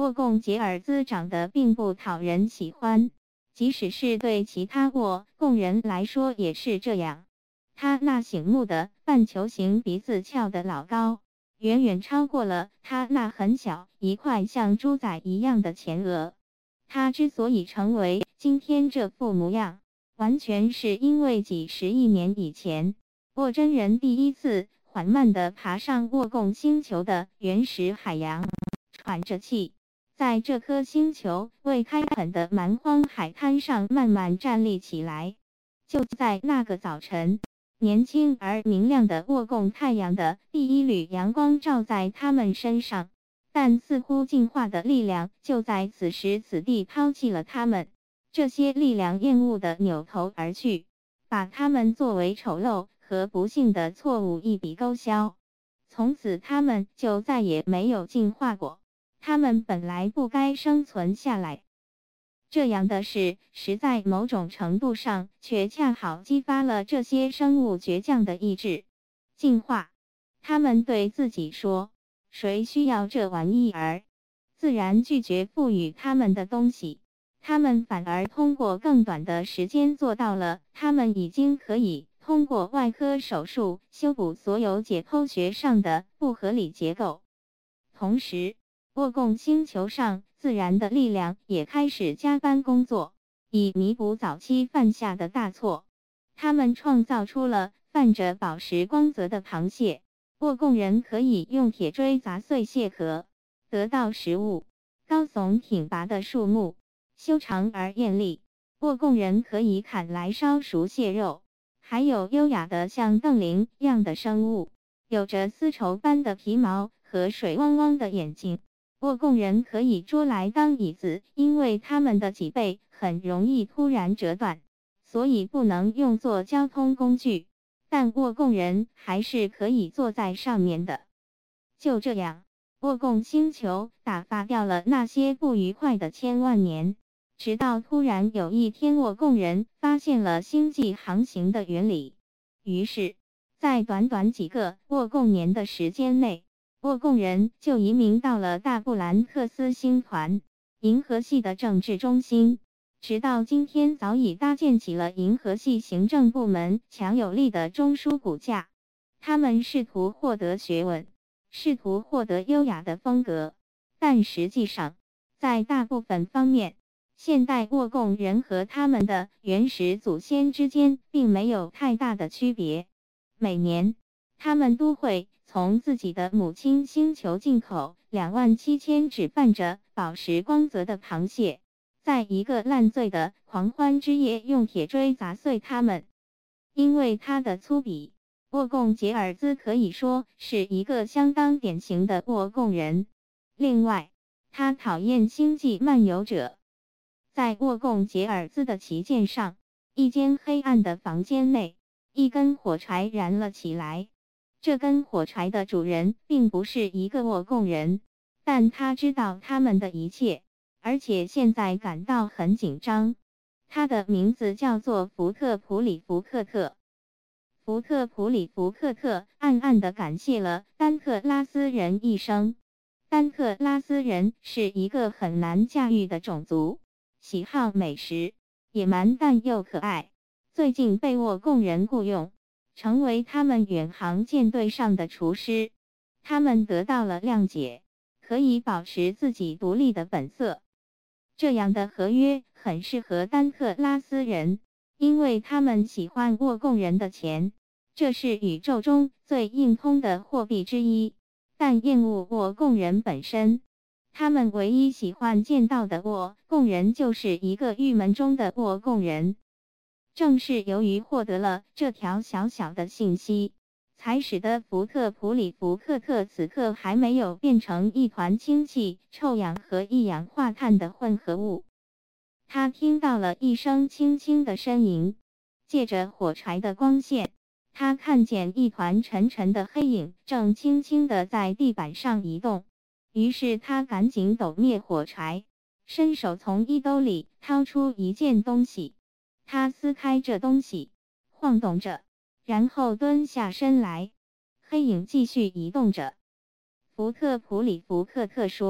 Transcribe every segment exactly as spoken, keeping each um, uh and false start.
沃贡杰尔兹长得并不讨人喜欢，即使是对其他沃贡人来说也是这样。他那醒目的半球形鼻子翘得老高，远远超过了他那很小一块像猪仔一样的前额。他之所以成为今天这副模样，完全是因为几十亿年以前，沃真人第一次缓慢地爬上沃贡星球的原始海洋，喘着气，在这颗星球未开垦的蛮荒海滩上慢慢站立起来。就在那个早晨，年轻而明亮的沃贡太阳的第一缕阳光照在他们身上，但似乎进化的力量就在此时此地抛弃了他们。这些力量厌恶地扭头而去，把他们作为丑陋和不幸的错误一笔勾销。从此他们就再也没有进化过，他们本来不该生存下来。这样的事实在某种程度上却恰好激发了这些生物倔强的意志。进化，他们对自己说，谁需要这玩意儿？自然拒绝赋予他们的东西，他们反而通过更短的时间做到了他们已经可以通过外科手术修补所有解剖学上的不合理结构。同时，沃贡星球上自然的力量也开始加班工作，以弥补早期犯下的大错。他们创造出了泛着宝石光泽的螃蟹，沃贡人可以用铁锥砸碎蟹壳，得到食物。高耸挺拔的树木，修长而艳丽，沃贡人可以砍来烧熟蟹肉。还有优雅的像瞪羚样的生物，有着丝绸般的皮毛和水汪汪的眼睛。沃贡人可以捉来当椅子，因为他们的脊背很容易突然折断，所以不能用作交通工具，但沃贡人还是可以坐在上面的。就这样，沃贡星球打发掉了那些不愉快的千万年，直到突然有一天，沃贡人发现了星际航行的原理。于是，在短短几个沃贡年的时间内，沃贡人就移民到了大布兰特斯星团，银河系的政治中心。直到今天，早已搭建起了银河系行政部门强有力的中枢骨架。他们试图获得学问，试图获得优雅的风格，但实际上，在大部分方面，现代沃贡人和他们的原始祖先之间并没有太大的区别。每年，他们都会从自己的母亲星球进口两万七千只泛着宝石光泽的螃蟹，在一个烂醉的狂欢之夜用铁锥砸碎它们。因为它的粗鄙，沃贡杰尔兹可以说是一个相当典型的沃贡人。另外，他讨厌星际漫游者。在沃贡杰尔兹的旗舰上，一间黑暗的房间内，一根火柴燃了起来。这根火柴的主人并不是一个沃贡人，但他知道他们的一切，而且现在感到很紧张。他的名字叫做福特普里福克特。福特普里福克特暗暗地感谢了丹特拉斯人一生。丹特拉斯人是一个很难驾驭的种族，喜好美食，野蛮但又可爱。最近被沃贡人雇佣，成为他们远航舰队上的厨师。他们得到了谅解，可以保持自己独立的本色。这样的合约很适合丹特拉斯人，因为他们喜欢沃贡人的钱，这是宇宙中最硬通的货币之一，但厌恶沃贡人本身。他们唯一喜欢见到的沃贡人就是一个郁闷中的沃贡人。正是由于获得了这条小小的信息，才使得福特普里福克特此刻还没有变成一团氢气、臭氧和一氧化碳的混合物。他听到了一声轻轻的呻吟，借着火柴的光线，他看见一团沉沉的黑影正轻轻地在地板上移动。于是他赶紧抖灭火柴，伸手从衣兜里掏出一件东西。他撕开这东西，晃动着，然后蹲下身来。黑影继续移动着。福特普里福克特说：“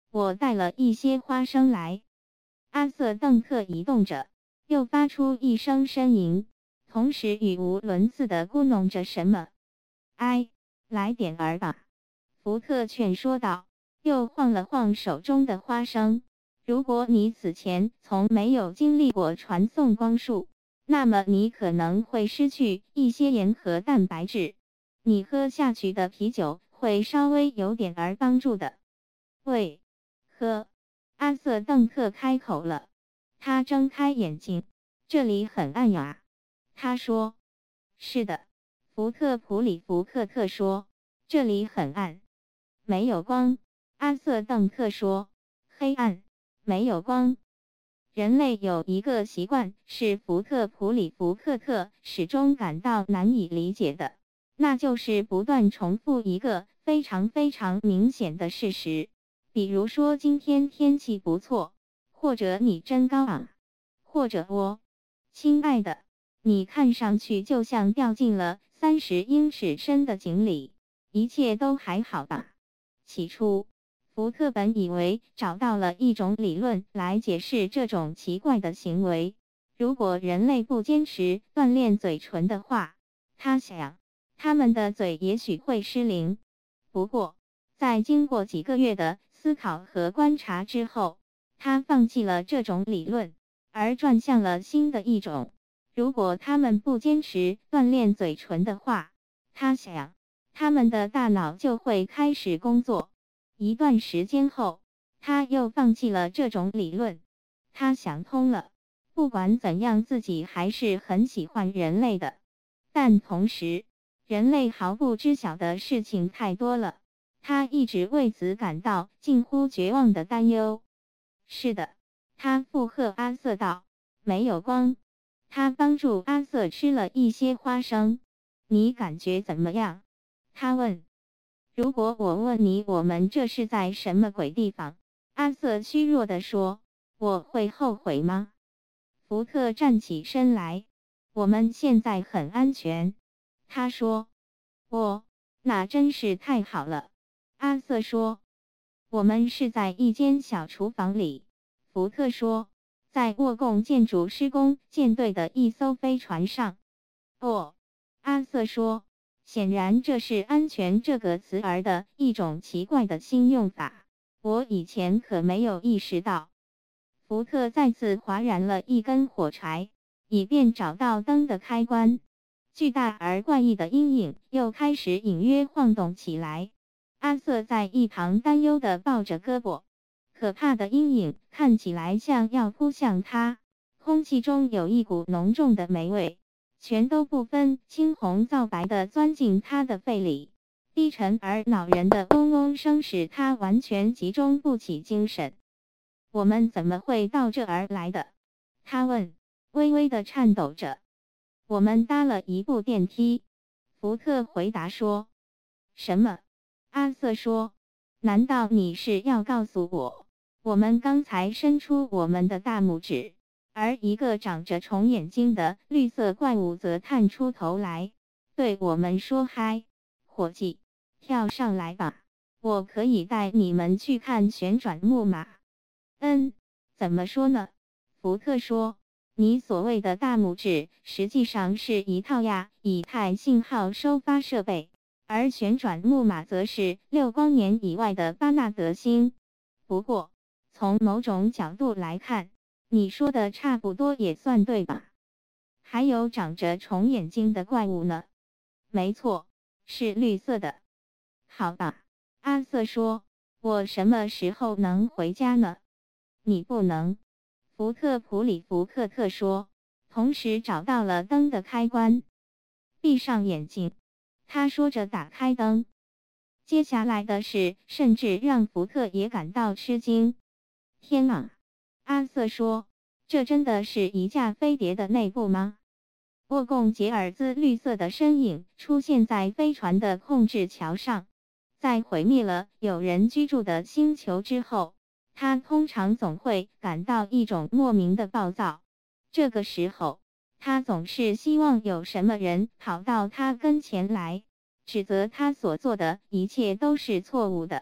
我带了一些花生来。阿瑟邓克移动着，又发出一声呻吟，同时语无伦次地咕哝着什么。哎，来点儿吧，福特劝说道，又晃了晃手中的花生。如果你此前从没有经历过传送光束，那么你可能会失去一些盐和蛋白质。你喝下去的啤酒会稍微有点儿帮助的。喂，喝！阿瑟邓克开口了。他睁开眼睛，这里很暗呀。他说。是的，福特普里福克特说，这里很暗，没有光。阿瑟邓克说，黑暗，没有光。人类有一个习惯，是福特普里福克特始终感到难以理解的，那就是不断重复一个非常非常明显的事实，比如说今天天气不错，或者你真高啊，或者我，亲爱的，你看上去就像掉进了三十英尺深的井里，一切都还好吧？起初，福特本以为找到了一种理论来解释这种奇怪的行为。如果人类不坚持锻炼嘴唇的话，他想，他们的嘴也许会失灵。不过，在经过几个月的思考和观察之后，他放弃了这种理论，而转向了新的一种。如果他们不坚持锻炼嘴唇的话，他想，他们的大脑就会开始工作。一段时间后，他又放弃了这种理论。他想通了，不管怎样，自己还是很喜欢人类的。但同时，人类毫不知晓的事情太多了，他一直为此感到近乎绝望的担忧。是的，他附和阿瑟道，没有光。他帮助阿瑟吃了一些花生。你感觉怎么样？他问。如果我问你我们这是在什么鬼地方？阿瑟虚弱地说，我会后悔吗？福特站起身来。我们现在很安全。他说。哦，那真是太好了。阿瑟说。我们是在一间小厨房里。福特说，在沃贡建筑施工舰队的一艘飞船上。哦，阿瑟说。显然这是安全这个词儿的一种奇怪的新用法，我以前可没有意识到。福特再次划燃了一根火柴，以便找到灯的开关。巨大而怪异的阴影又开始隐约晃动起来。阿瑟在一旁担忧地抱着胳膊，可怕的阴影看起来像要扑向他，空气中有一股浓重的霉味。全都不分青红皂白地钻进他的肺里，低沉而恼人的嗡嗡声使他完全集中不起精神。我们怎么会到这儿来的？他问，微微地颤抖着。我们搭了一部电梯。福特回答说。什么？阿瑟说。难道你是要告诉我，我们刚才伸出我们的大拇指，而一个长着虫眼睛的绿色怪物则探出头来，对我们说：“嗨，伙计，跳上来吧，我可以带你们去看旋转木马。”嗯，怎么说呢？福特说，你所谓的大拇指实际上是一套亚以太信号收发设备，而旋转木马则是六光年以外的巴纳德星。不过，从某种角度来看，你说的差不多也算对吧？还有长着虫眼睛的怪物呢？没错，是绿色的。好吧，阿瑟说，我什么时候能回家呢？你不能。福特普里福克特说，同时找到了灯的开关。闭上眼睛，他说着打开灯。接下来的事甚至让福特也感到吃惊。天啊！阿瑟说，这真的是一架飞碟的内部吗？沃贡杰尔兹绿色的身影出现在飞船的控制桥上。在毁灭了有人居住的星球之后，他通常总会感到一种莫名的暴躁。这个时候，他总是希望有什么人跑到他跟前来，指责他所做的一切都是错误的。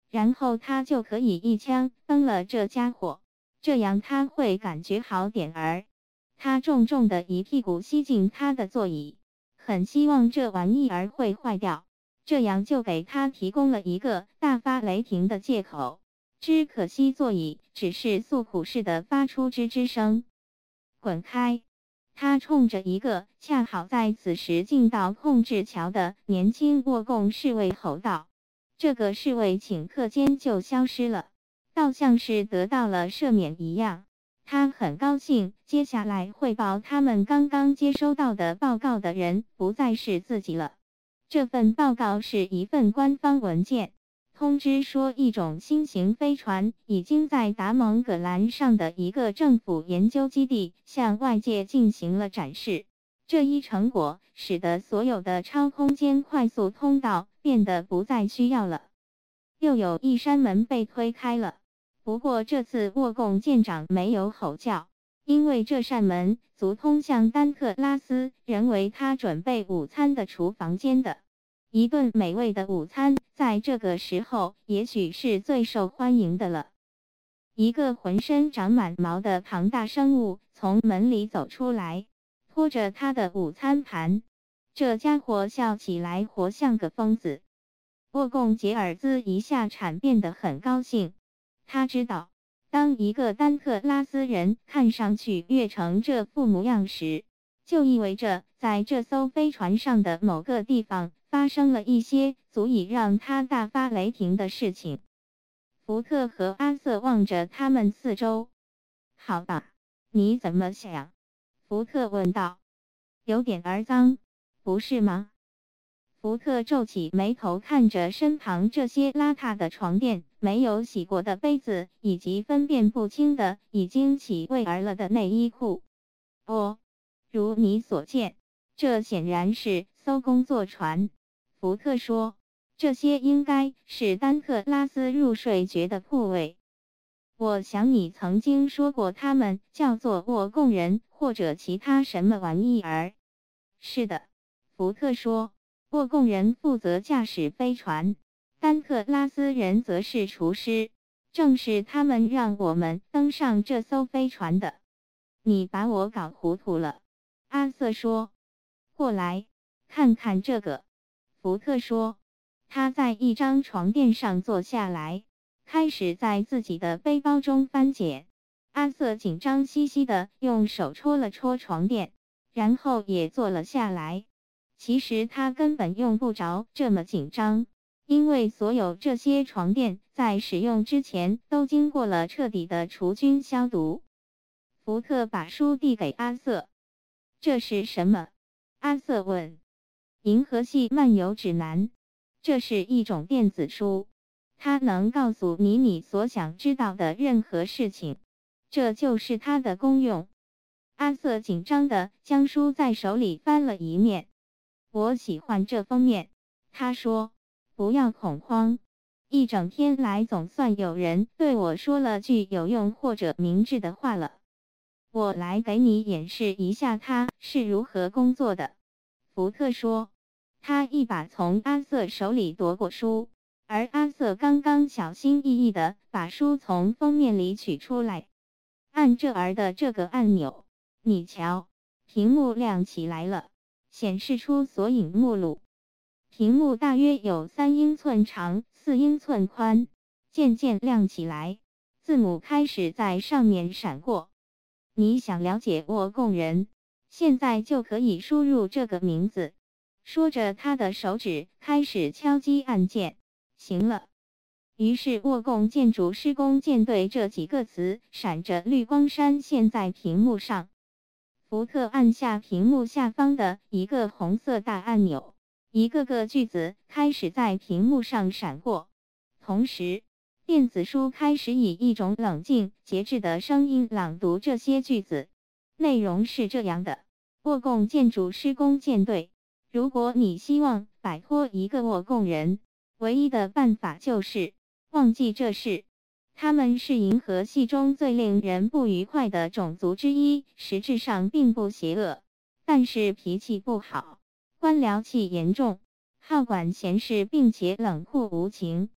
然后他就可以一枪崩了这家伙，这样他会感觉好点儿。他重重的一屁股吸进他的座椅，很希望这玩意儿会坏掉，这样就给他提供了一个大发雷霆的借口。只可惜座椅只是诉苦似的发出吱吱声。滚开！他冲着一个恰好在此时进到控制桥的年轻倭共侍卫吼道。这个侍卫顷刻间就消失了，倒像是得到了赦免一样。他很高兴，接下来汇报他们刚刚接收到的报告的人不再是自己了。这份报告是一份官方文件，通知说一种新型飞船已经在达蒙葛兰上的一个政府研究基地向外界进行了展示。这一成果使得所有的超空间快速通道变得不再需要了。又有一扇门被推开了，不过这次倭共舰长没有吼叫，因为这扇门足通向丹特拉斯人为他准备午餐的厨房间的。一顿美味的午餐在这个时候也许是最受欢迎的了。一个浑身长满毛的庞大生物从门里走出来，拖着他的午餐盘。这家伙笑起来活像个疯子。倭共杰尔兹一下铲变得很高兴，他知道，当一个丹特拉斯人看上去越成这副模样时，就意味着在这艘飞船上的某个地方发生了一些足以让他大发雷霆的事情。福特和阿瑟望着他们四周。好吧，你怎么想？福特问道。有点儿脏，不是吗？福特皱起眉头，看着身旁这些邋遢的床垫、没有洗过的杯子，以及分辨不清的已经起味儿了的内衣裤。哦，如你所见，这显然是艘工作船。福特说，这些应该是丹特拉斯入睡觉的铺位。我想你曾经说过他们叫做倭共人或者其他什么玩意儿。是的，福特说，倭共人负责驾驶飞船，丹特拉斯人则是厨师，正是他们让我们登上这艘飞船的。你把我搞糊涂了，阿瑟说。过来，看看这个，福特说。他在一张床垫上坐下来，开始在自己的背包中翻检。阿瑟紧张兮兮地用手戳了戳床垫，然后也坐了下来。其实他根本用不着这么紧张，因为所有这些床垫在使用之前都经过了彻底的除菌消毒。福特把书递给阿瑟。这是什么？阿瑟问。银河系漫游指南。这是一种电子书，它能告诉你你所想知道的任何事情，这就是它的功用。阿瑟紧张地将书在手里翻了一面。我喜欢这封面，他说。不要恐慌，一整天来总算有人对我说了句有用或者明智的话了。我来给你演示一下它是如何工作的，福特说。他一把从阿瑟手里夺过书，而阿瑟刚刚小心翼翼地把书从封面里取出来。按这儿的这个按钮，你瞧，屏幕亮起来了，显示出索引目录。屏幕大约有三英寸长，四英寸宽，渐渐亮起来，字母开始在上面闪过。你想了解倭共人，现在就可以输入这个名字。说着，他的手指开始敲击按键。行了。于是倭共建筑施工舰队这几个词闪着绿光闪现在屏幕上。福特按下屏幕下方的一个红色大按钮，一个个句子开始在屏幕上闪过。同时，电子书开始以一种冷静、节制的声音朗读这些句子。内容是这样的：倭共建筑施工舰队。如果你希望摆脱一个倭共人，唯一的办法就是忘记这事。他们是银河系中最令人不愉快的种族之一，实质上并不邪恶，但是脾气不好，官僚气严重，好管闲事，并且冷酷无情。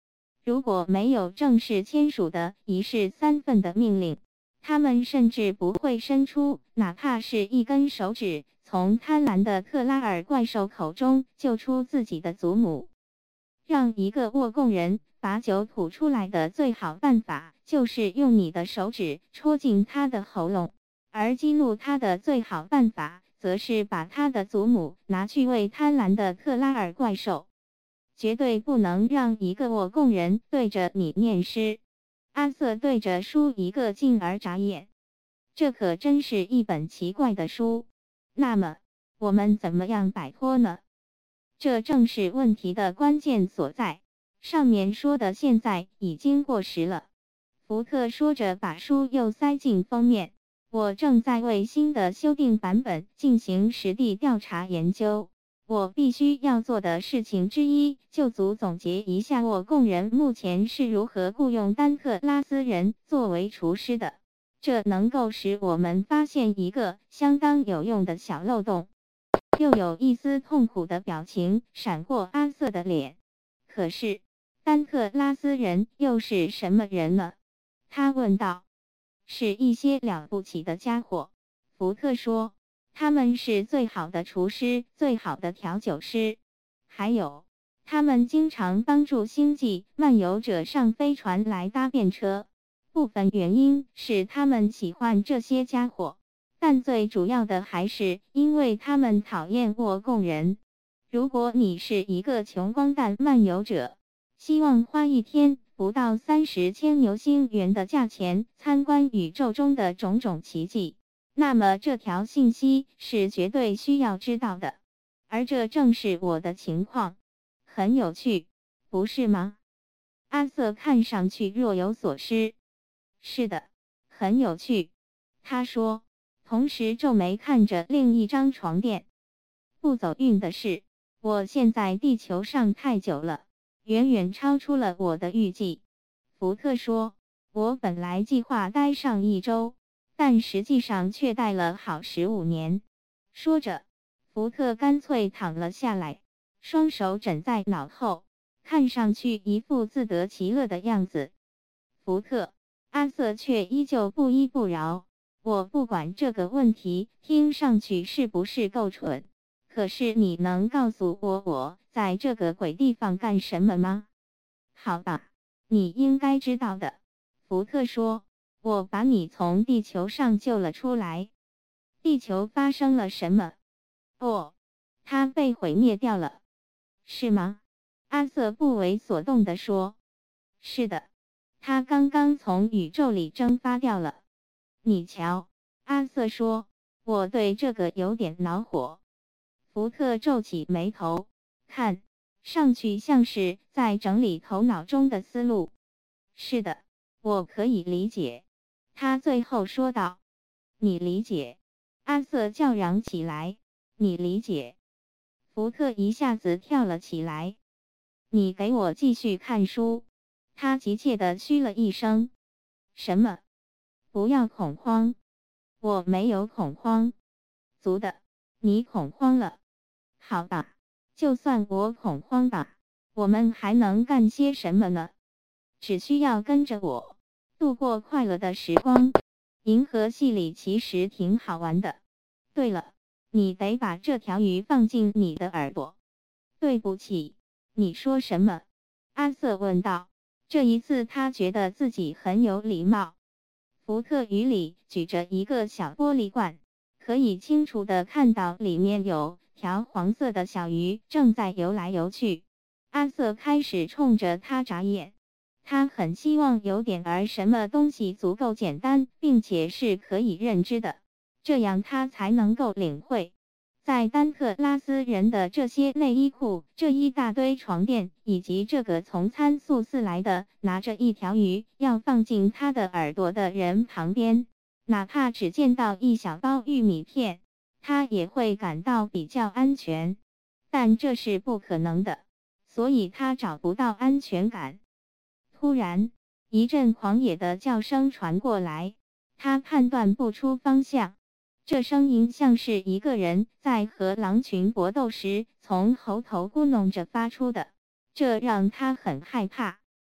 如果没有正式签署的一式三份的命令，他们甚至不会伸出哪怕是一根手指，从贪婪的特拉尔怪兽口中救出自己的祖母。让一个沃贡人把酒吐出来的最好办法，就是用你的手指戳进他的喉咙，而激怒他的最好办法，则是把他的祖母拿去喂贪婪的特拉尔怪兽。绝对不能让一个沃贡人对着你念诗。阿瑟对着书一个劲儿眨眼，这可真是一本奇怪的书。那么，我们怎么样摆脱呢？这正是问题的关键所在。上面说的现在已经过时了。福特说着，把书又塞进封面。我正在为新的修订版本进行实地调查研究。我必须要做的事情之一，就足总结一下沃贡人目前是如何雇佣丹特拉斯人作为厨师的。这能够使我们发现一个相当有用的小漏洞。又有一丝痛苦的表情闪过阿瑟的脸。可是，丹特拉斯人又是什么人呢？他问道。是一些了不起的家伙，福特说。他们是最好的厨师，最好的调酒师。还有，他们经常帮助星际漫游者上飞船来搭便车。部分原因是他们喜欢这些家伙，但最主要的还是因为他们讨厌沃贡人。如果你是一个穷光蛋漫游者，希望花一天不到三十千牛星元的价钱参观宇宙中的种种奇迹，那么这条信息是绝对需要知道的。而这正是我的情况。很有趣，不是吗？阿瑟看上去若有所思。是的，很有趣，他说，同时皱眉看着另一张床垫。不走运的是，我现在地球上太久了，远远超出了我的预计。福特说，我本来计划待上一周，但实际上却待了好十五年。说着，福特干脆躺了下来，双手枕在脑后，看上去一副自得其乐的样子。福特，阿瑟却依旧不依不饶。我不管这个问题听上去是不是够蠢，可是你能告诉我我在这个鬼地方干什么吗？好吧，你应该知道的。福特说，我把你从地球上救了出来。地球发生了什么？哦，它被毁灭掉了。是吗？阿瑟不为所动地说。是的，它刚刚从宇宙里蒸发掉了。你瞧，阿瑟说，我对这个有点恼火。福特皱起眉头，看上去像是在整理头脑中的思路。是的，我可以理解。他最后说道。你理解？阿瑟叫嚷起来。你理解？福特一下子跳了起来。你给我继续看书。他急切地嘘了一声。什么？不要恐慌。我没有恐慌。足的，你恐慌了。好吧，就算我恐慌吧，我们还能干些什么呢？只需要跟着我，度过快乐的时光。银河系里其实挺好玩的。对了，你得把这条鱼放进你的耳朵。对不起，你说什么？阿瑟问道。这一次他觉得自己很有礼貌。福特鱼里举着一个小玻璃罐，可以清楚地看到里面有条黄色的小鱼正在游来游去。阿瑟开始冲着他眨眼。他很希望有点儿什么东西足够简单，并且是可以认知的，这样他才能够领会。在丹特拉斯人的这些内衣裤、这一大堆床垫，以及这个从参宿寺来的拿着一条鱼要放进他的耳朵的人旁边，哪怕只见到一小包玉米片，他也会感到比较安全。但这是不可能的，所以他找不到安全感。突然，一阵狂野的叫声传过来，他判断不出方向。这声音像是一个人在和狼群搏斗时从喉头咕哝着发出的，这让他很害怕。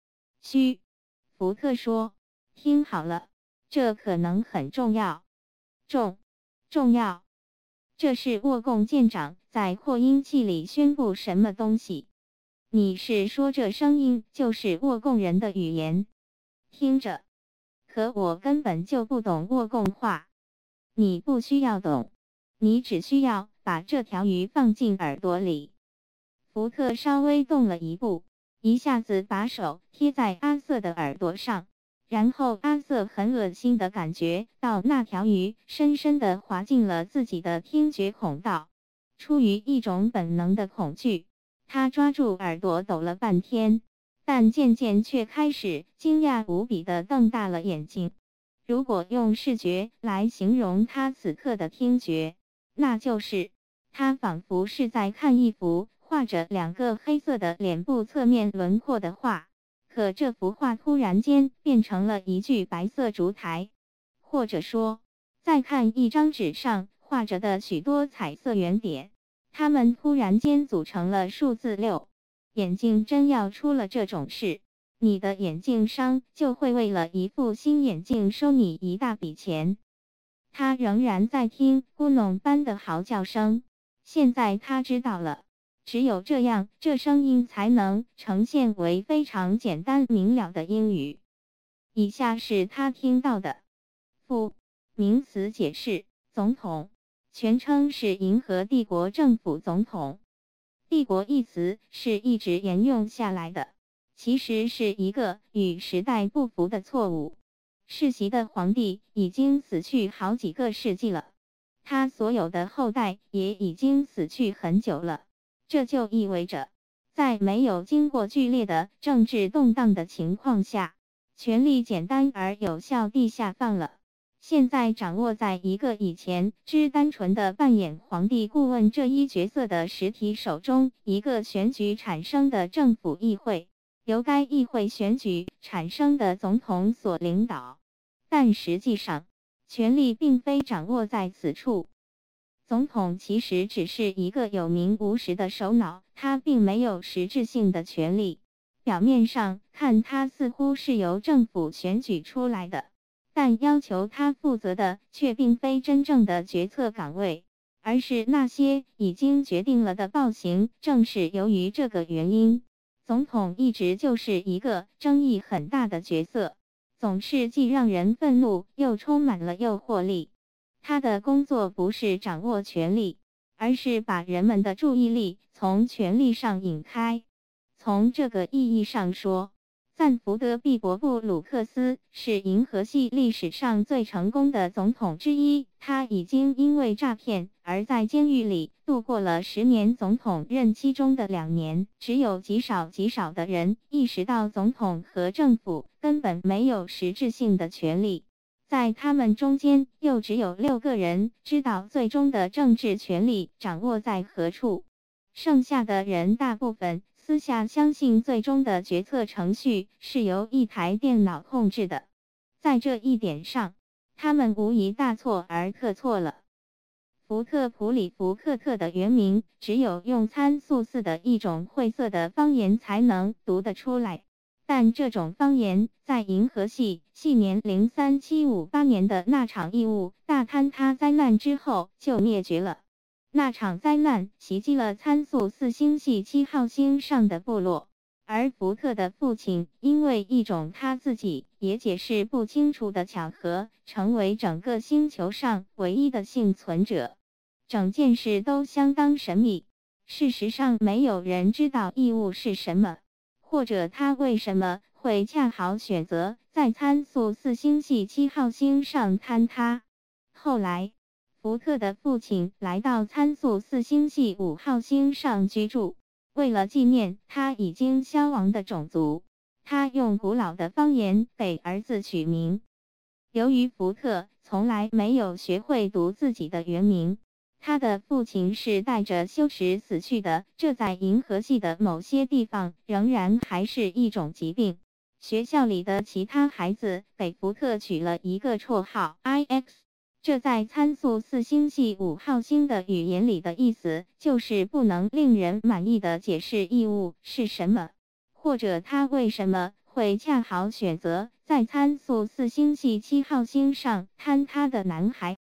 嘘，福特说，听好了，这可能很重要。重，重要。这是沃贡舰长在扩音器里宣布什么东西？你是说这声音就是沃贡人的语言？听着，可我根本就不懂沃贡话。你不需要懂，你只需要把这条鱼放进耳朵里。福特稍微动了一步，一下子把手贴在阿瑟的耳朵上，然后阿瑟很恶心的感觉到那条鱼深深地滑进了自己的听觉孔道。出于一种本能的恐惧，他抓住耳朵抖了半天，但渐渐却开始惊讶无比地瞪大了眼睛。如果用视觉来形容他此刻的听觉，那就是他仿佛是在看一幅画着两个黑色的脸部侧面轮廓的画，可这幅画突然间变成了一具白色烛台，或者说，再看一张纸上画着的许多彩色圆点，它们突然间组成了数字六。眼镜真要出了这种事，你的眼镜商就会为了一副新眼镜收你一大笔钱。他仍然在听咕哝般的嚎叫声，现在他知道了，只有这样，这声音才能呈现为非常简单明了的英语。以下是他听到的。副名词解释：总统，全称是银河帝国政府总统。帝国一词是一直沿用下来的，其实是一个与时代不符的错误。世袭的皇帝已经死去好几个世纪了，他所有的后代也已经死去很久了。这就意味着，在没有经过剧烈的政治动荡的情况下，权力简单而有效地下放了。现在掌握在一个以前只单纯的扮演皇帝顾问这一角色的实体手中，一个选举产生的政府议会，由该议会选举产生的总统所领导。但实际上，权力并非掌握在此处。总统其实只是一个有名无实的首脑，他并没有实质性的权力。表面上看，他似乎是由政府选举出来的，但要求他负责的却并非真正的决策岗位，而是那些已经决定了的暴行。正是由于这个原因，总统一直就是一个争议很大的角色，总是既让人愤怒又充满了诱惑力。他的工作不是掌握权力，而是把人们的注意力从权力上引开。从这个意义上说，赞福德·毕伯布鲁克斯是银河系历史上最成功的总统之一。他已经因为诈骗而在监狱里度过了十年总统任期中的两年。只有极少极少的人意识到总统和政府根本没有实质性的权利，在他们中间又只有六个人知道最终的政治权力掌握在何处。剩下的人大部分私下相信最终的决策程序是由一台电脑控制的。在这一点上，他们无疑大错而特错了。福特普里福克特的原名只有用参数似的一种晦涩的方言才能读得出来，但这种方言在银河系系年零三七五八年的那场异物大坍塌灾难之后就灭绝了。那场灾难袭击了参宿四星系七号星上的部落，而福特的父亲因为一种他自己也解释不清楚的巧合，成为整个星球上唯一的幸存者。整件事都相当神秘，事实上没有人知道异物是什么，或者他为什么会恰好选择在参宿四星系七号星上坍塌。后来，福特的父亲来到参宿四星系五号星上居住，为了纪念他已经消亡的种族，他用古老的方言给儿子取名。由于福特从来没有学会读自己的原名，他的父亲是带着羞耻死去的，这在银河系的某些地方仍然还是一种疾病。学校里的其他孩子给福特取了一个绰号 I X。这在参宿四星系五号星的语言里的意思就是不能令人满意的解释异物是什么，或者它为什么会恰好选择在参宿四星系七号星上坍塌的男孩。